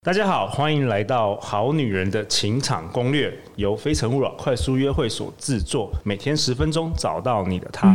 大家好，欢迎来到《好女人的情场攻略》，由非诚勿扰快速约会所制作，每天10分钟，找到你的他。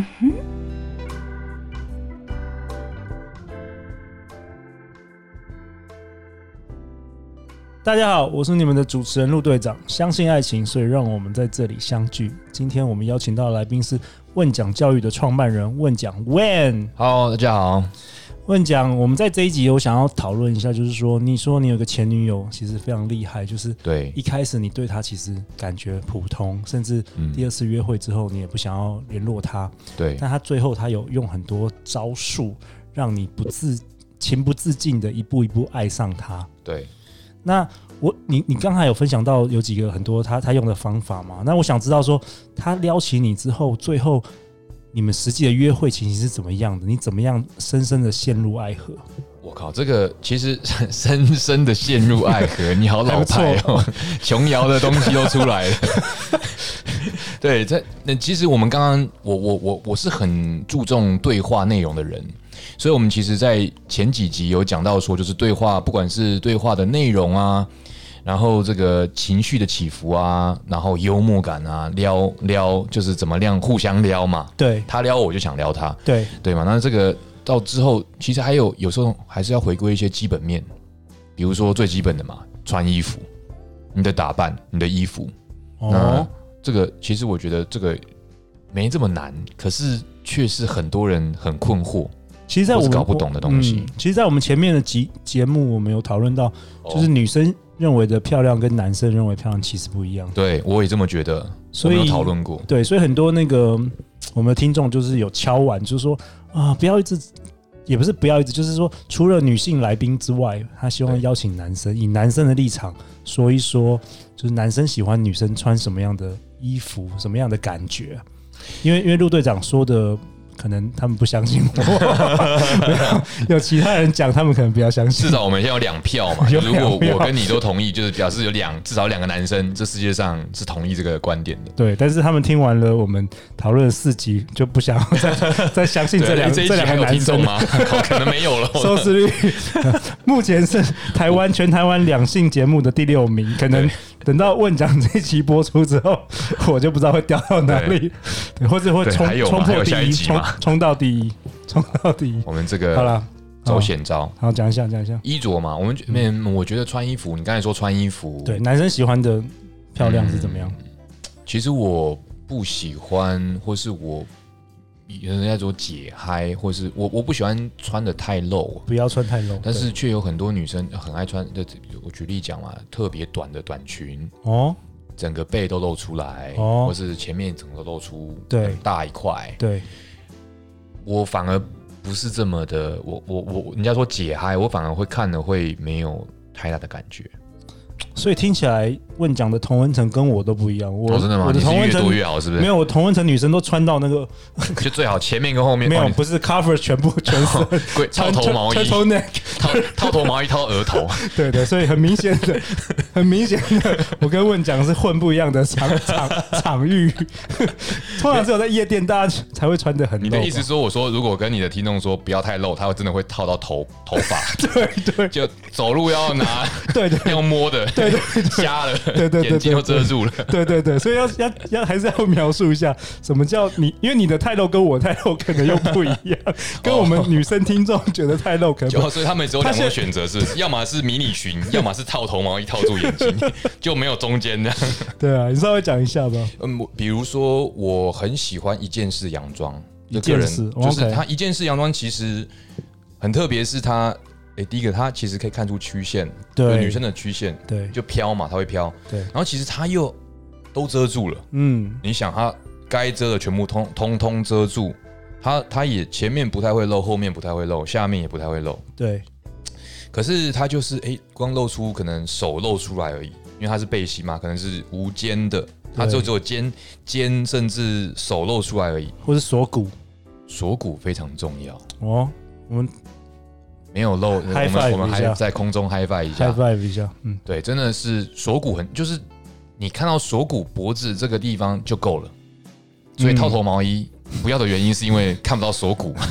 大家好，我是你们的主持人陆队长。相信爱情，所以让我们在这里相聚。今天我们邀请到的来宾是问讲教育的创办人问讲 Wen。 好，大家好。 问讲，我们在这一集有想要讨论一下，就是说，你说你有个前女友，其实非常厉害，就是对一开始你对她其实感觉普通，甚至第二次约会之后，你也不想要联络她。 对， 但她最后她有用很多招数，让你情不自禁的一步一步爱上她。 对， 那你刚才有分享到有几个很多他用的方法嘛？那我想知道说，他撩起你之后，最后你们实际的约会情形是怎么样的？你怎么样深深的陷入爱河？ 我靠，这个其实深深的陷入爱河，你好老派哦，琼瑶的东西都出来了。对，其实我们刚刚我是很注重对话内容的人，所以我们其实在前几集有讲到说，就是对话，不管是对话的内容啊，然后这个情绪的起伏啊，然后幽默感啊，撩就是怎么样互相撩嘛。 对， 他撩我就想撩他， 对嘛？那这个到之后，其实有时候还是要回归一些基本面，比如说最基本的嘛，穿衣服，你的打扮，你的衣服。那这个其实我觉得这个没这么难，可是却是很多人很困惑。 其实在我们搞不懂的东西， 其实，在我们前面的节目，我们有讨论到，就是女生认为的漂亮跟男生认为漂亮其实不一样。 对，我也这么觉得， 所以我们有讨论过。 对，所以很多那个我们的听众就是有敲碗，就是说啊，不要一直，也不是不要一直，就是说除了女性来宾之外，他希望邀请男生，以男生的立场说一说，就是男生喜欢女生穿什么样的衣服，什么样的感觉。因为陆队长说的。可能他们不相信我，有其他人讲，他们可能比较相信。 至少我们现在有2票嘛，如果我跟你都同意，就是表示至少2个男生，这世界上是同意这个观点的。 对，但是他们听完了我们讨论4集，就不想要再相信这两个男生吗？可能没有了。 收视率目前是全台湾两性节目的第6名，可能等到问讲这一期播出之后，我就不知道会掉到哪里，对，或者会冲破第一。冲到第一。 我们这个好了， 走险招。 好，讲一下衣着嘛。我觉得穿衣服，你刚才说穿衣服， 对男生喜欢的漂亮是怎么样？ 其实我不喜欢，或是人家说解嗨，或是我不喜欢穿的太露， 不要穿太露。 但是却有很多女生很爱穿。我举例讲嘛，特别短的短裙哦。 整个背都露出来，或是前面整个都露出很大一块。 对， 我反而不是这么的，人家说解嗨，我反而会看了会没有太大的感觉。 所以听起来问讲的同温层跟我都不一样。 真的吗？ 我的同温层越多越好，是不是？ 没有，我同温层女生都穿到那个， 就最好前面跟后面。 没有，不是 cover 全身， 套头毛衣，套头毛衣套额头。 对，所以很明显的，我跟问讲是混不一样的场域。通常只有在夜店，大家才会穿得很露。 你的意思说，我说如果跟你的听众说不要太露，他真的会套到头发。 对， 就走路要拿， 对， 要摸的。对，瞎了，对，眼睛都遮住了， 对，所以要还是要描述一下什么叫你，因为你的太露跟我太露可能又不一样，跟我们女生听众觉得太露可能， 所以他们只有2个选择是，要么是迷你裙，要么是套头毛衣套住眼睛，就没有中间的。 对啊，你稍微讲一下吧。 比如说我很喜欢一件式洋装， 一件式就是它一件式洋装其实很特别，是它。第一个，它其实可以看出曲线，对女生的曲线， 对， 就飘嘛，它会飘， 对。 然后其实它又都遮住了，你想它该遮的全部通通遮住，它也前面不太会露，后面不太会露，下面也不太会露， 对。 可是它就是光露出可能手露出来而已，因为它是背心嘛，可能是无肩的，它只有肩甚至手露出来而已， 或是锁骨非常重要哦，我们。 没有露，我们还在空中 high five 一下， 对，真的是锁骨就是你看到锁骨脖子这个地方就够了，所以套头毛衣不要的原因是因为看不到锁骨。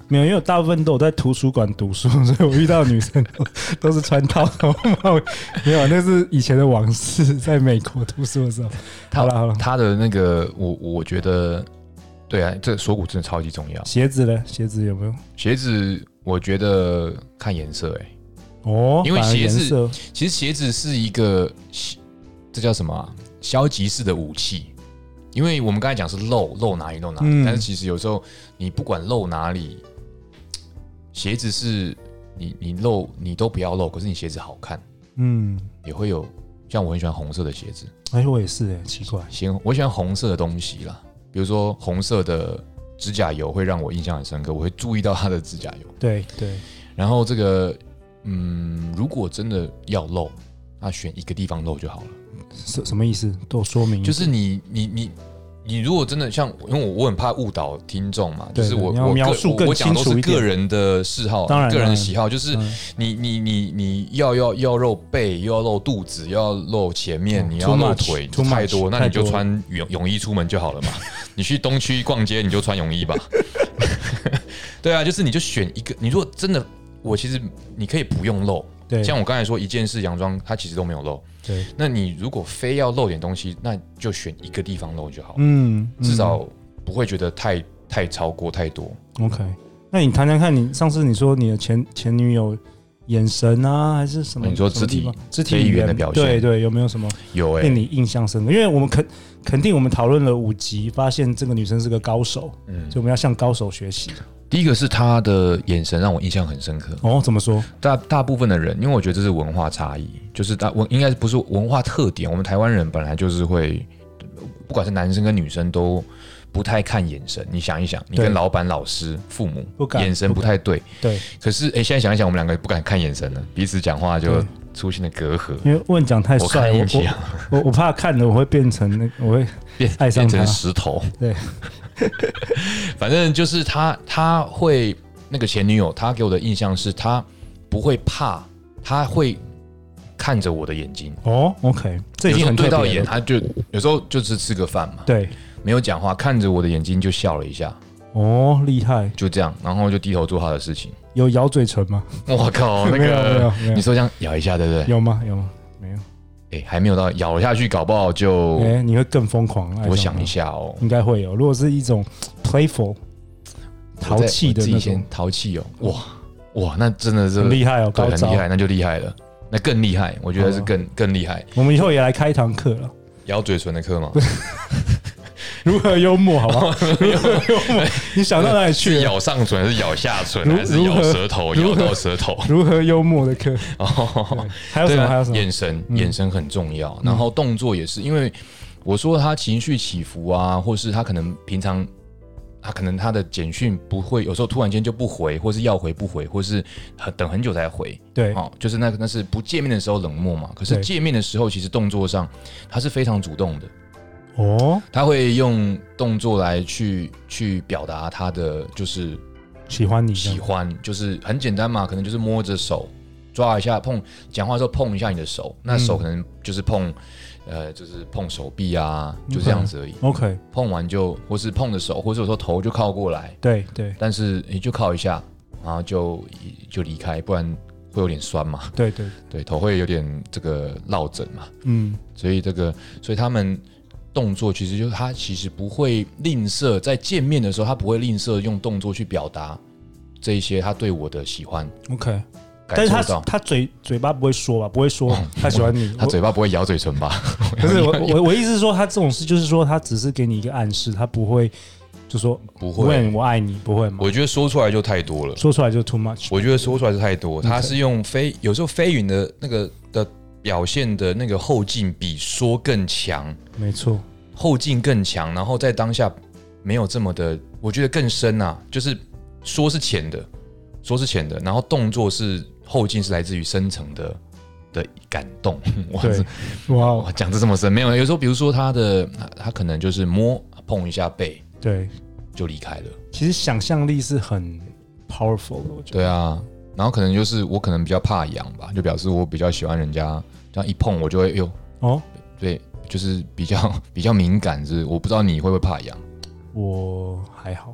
没有，因为我大部分都有在图书馆读书，所以我遇到的女生都是穿套头帽。没有，那是以前的往事，在美国读书的时候。好了， 他的那个我觉得，对啊，这个锁骨真的超级重要。 鞋子呢？鞋子有没有？ 鞋子我觉得看颜色因为其实鞋子是一个这叫什么啊？消极式的武器。因为我们刚才讲是露哪里，但是其实有时候你不管露哪里，鞋子是你露你都不要露，可是你鞋子好看，也会有像我很喜欢红色的鞋子， 我也是奇怪， 我喜欢红色的东西啦，比如说红色的指甲油会让我印象很深刻，我会注意到它的指甲油， 对， 然后这个如果真的要露，那选一个地方露就好了。 什么意思？都说明。 就是你如果真的像，因为我很怕误导听众嘛，就是我描述更清楚一点。我讲都是个人的嗜好，个人的喜好，就是你要露背，又要露肚子，又要露前面，你要露腿，太多，那你就穿泳衣出门就好了嘛。你去东区逛街，你就穿泳衣吧。对啊，就是你就选一个。你如果真的，其实你可以不用露。像我刚才说，一件式洋装它其实都没有露。对，那你如果非要露点东西，那就选一个地方露就好。至少不会觉得太超过太多。OK， 那你谈谈看，你上次你说你的前女友眼神啊，还是什么？ 你说肢体语言的表现，对，有没有什么令你印象深刻？因为我们肯定我们讨论了5集，发现这个女生是个高手，所以我们要向高手学习。 第一个是他的眼神让我印象很深刻。 怎么说？ 大部分的人，因为我觉得这是文化差异，就是应该不是文化特点。我们台湾人本来就是会，不管是男生跟女生都不太看眼神。你想一想，你跟老板、老师、父母眼神不太对。对。可是现在想一想，我们2个不敢看眼神了，彼此讲话就出现了隔阂。 因为问讲太帅，我怕看了我会变成我会爱上他， 变成石头。对。反正就是他会那个前女友，他给我的印象是他不会怕，他会看着我的眼睛。 OK， 这已经很对到眼，他就有时候就是吃个饭嘛，对，没有讲话，看着我的眼睛就笑了一下。 厉害， 就这样，然后就低头做他的事情。 有咬嘴唇吗？ 我靠，那个你说这样咬一下，对不对？ 有吗？没有。 还没有到咬下去，搞不好就你会更疯狂。 我想一下应该会有。如果是一种 playful 淘气的那种淘气哇，那真的是很厉害对，很厉害，那就厉害了，那更厉害，我觉得是更厉害。 我们以后也来开一堂课了， 咬嘴唇的课吗？ 如何幽默，好不好？你想到哪里去？ 是咬上唇，还是咬下唇，还是咬舌头？咬到舌头？ 如何幽默的课？还有什么？还有什么？ 眼神很重要，然后动作也是，因为我说他情绪起伏啊，或是他可能平常他的简讯不会，有时候突然间就不回，或是要回不回，或是等很久才回。对，就是那是不见面的时候冷漠嘛。可是见面的时候，其实动作上他是非常主动的。他会用动作来去表达他的就是喜欢你， 就是很简单嘛，可能就是摸着手抓一下，讲话的时候碰一下你的手，那手可能就是碰手臂啊，就这样子而已。OK， 碰完或是碰着手，或者有时候头就靠过来，对，但是你就靠一下，然后就离开，不然会有点酸嘛。对，头会有点这个落枕嘛。所以他们。动作其实就是他其实不会吝啬，在见面的时候他不会吝啬用动作去表达这一些他对我的喜欢。OK， 但是他嘴巴不会说吧？不会说他喜欢你， 他嘴巴不会咬嘴唇吧？ 可是我意思是说，他这种事就是说，他只是给你一个暗示，他不会就说不会我爱你，不会吗？ 我觉得说出来就太多了， 说出来就 too much。 我觉得说出来是太多，他是用有时候飞云的那个的表现的那个后劲比说更强。 没错。 后劲更强，然后在当下没有这么的，我觉得更深啊。就是说是浅的，然后动作是后劲是来自于深层的感动。 对，哇， 讲这么深没有？有时候比如说他可能就是碰一下背，对，就离开了。 其实想象力是很 powerful 的，我觉得。 对啊，然后可能就是我可能比较怕痒吧，就表示我比较喜欢人家这样一碰我就会对。就是比较敏感，是我不知道你会不会怕痒。 我还好，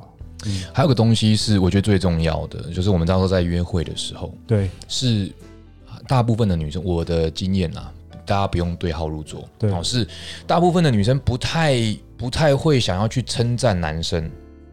还有个东西是我觉得最重要的，就是我们到时候在约会的时候， 对， 是大部分的女生，我的经验啊，大家不用对号入座， 对， 是大部分的女生不太会想要去称赞男生，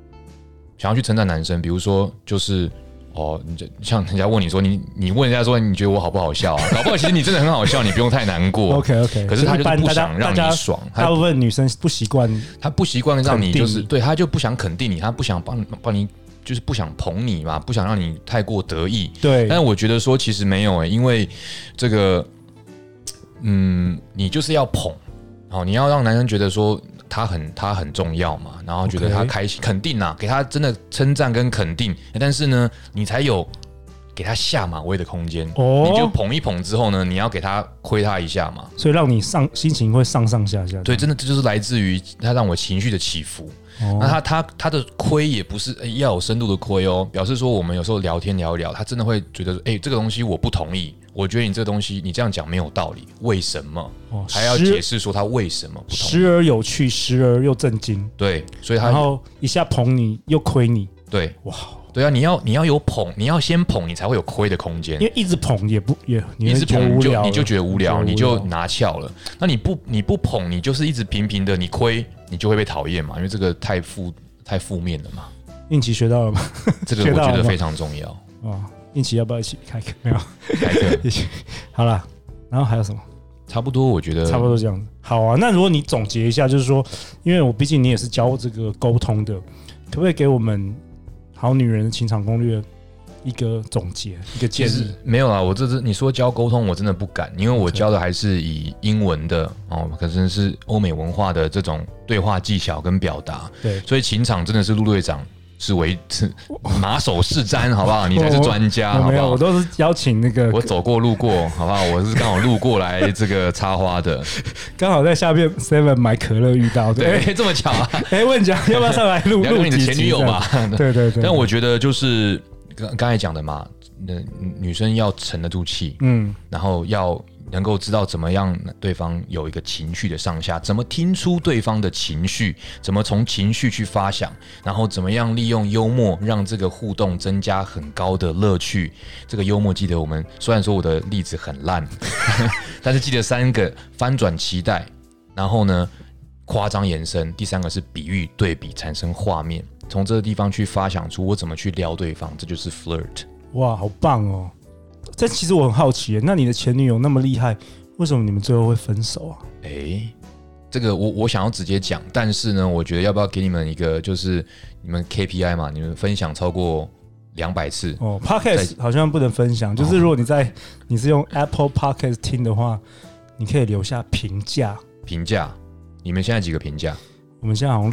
比如说就是像人家问你说你问人家说你觉得我好不好笑啊？搞不好其实你真的很好笑，你不用太难过。 OK， 可是他就是不想让你爽， 大部分女生不习惯， 他不习惯让你就是对，他就不想肯定你，他不想帮你。就是不想捧你嘛，不想让你太过得意。 对， 但是我觉得说其实没有因为这个，你就是要捧，你要让男生觉得说他很重要嘛，然后觉得他开心，肯定啊，给他真的称赞跟肯定。但是呢，你才有给他下马威的空间。你就捧一捧之后呢，你要给他亏他一下嘛， 所以让你心情会上下。 对，真的这就是来自于他让我情绪的起伏。那他的亏也不是要有深度的亏表示说我们有时候聊天聊一聊，他真的会觉得说，这个东西我不同意，我觉得你这个东西你这样讲没有道理，为什么？还要解释说他为什么不同意， 时而有趣，时而又震惊。 对，所以他然后一下捧你又亏你。 对，哇，对啊，你要有捧，你要先捧，你才会有亏的空间。 因为一直捧也一直捧你就觉得无聊，你就拿翘了。那你不捧，你就是一直平平的，你亏你就会被讨厌嘛，因为这个太负面了嘛。 应奇学到了吗？ 这个我觉得非常重要。 应奇要不要一起开课？没有， 开课一起。好啦，然后还有什么？ 差不多，我觉得差不多这样子。好啊，那如果你总结一下，就是说，因为我毕竟你也是教这个沟通的，可不可以给我们好女人的情场攻略一个总结，一个建议？ 没有啦，我你说教沟通，我真的不敢，因为我教的还是以英文的可能是欧美文化的这种对话技巧跟表达。 对， 所以情场真的是陆队长是马首是瞻，好不好？你才是专家，好不好？ 没有，我都是邀请那个我走过路过，好不好？我是刚好路过来这个插花的， 刚好在下面 Seven 买可乐遇到， 对，这么巧啊！ 问讲要不要上来录？ 聊你的前女友嘛？ 对。 但我觉得就是刚才讲的嘛，女生要沉得住气，然后要能够知道怎么样对方有一个情绪的上下，怎么听出对方的情绪，怎么从情绪去发想，然后怎么样利用幽默让这个互动增加很高的乐趣。这个幽默记得我们虽然说我的例子很烂，但是记得3个：翻转期待，然后呢夸张延伸，第3个是比喻对比产生画面，从这个地方去发想出我怎么去撩对方，这就是 flirt。 哇，好棒哦！但其实我很好奇，那你的前女友那么厉害，为什么你们最后会分手啊？ 这个我想要直接讲，但是呢，我觉得要不要给你们一个，就是你们 KPI 嘛，你们分享超过200次 Podcast 好像不能分享，就是如果你是用 Apple Podcast 听的话，你可以留下评价。 你们现在几个评价？ 我们现在好像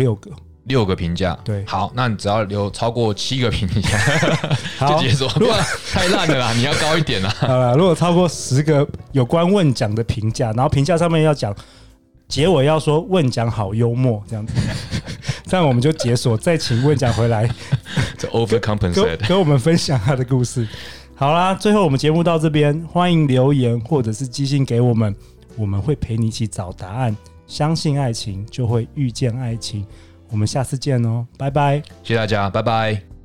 6个评价。 对， 好，那你只要留超过7个评价就结束。如果太烂了啦，你要高一点啦。 好啦，如果超过10个有关问讲的评价，然后评价上面要讲结尾要说问讲好幽默这样子，这样我们就解锁，再请问讲回来这 overcompensate 跟我们分享他的故事。好啦，最后我们节目到这边，欢迎留言或者是寄信给我们，我们会陪你一起找答案。相信爱情，就会遇见爱情。我们下次见哦，拜拜！ 谢谢大家，拜拜。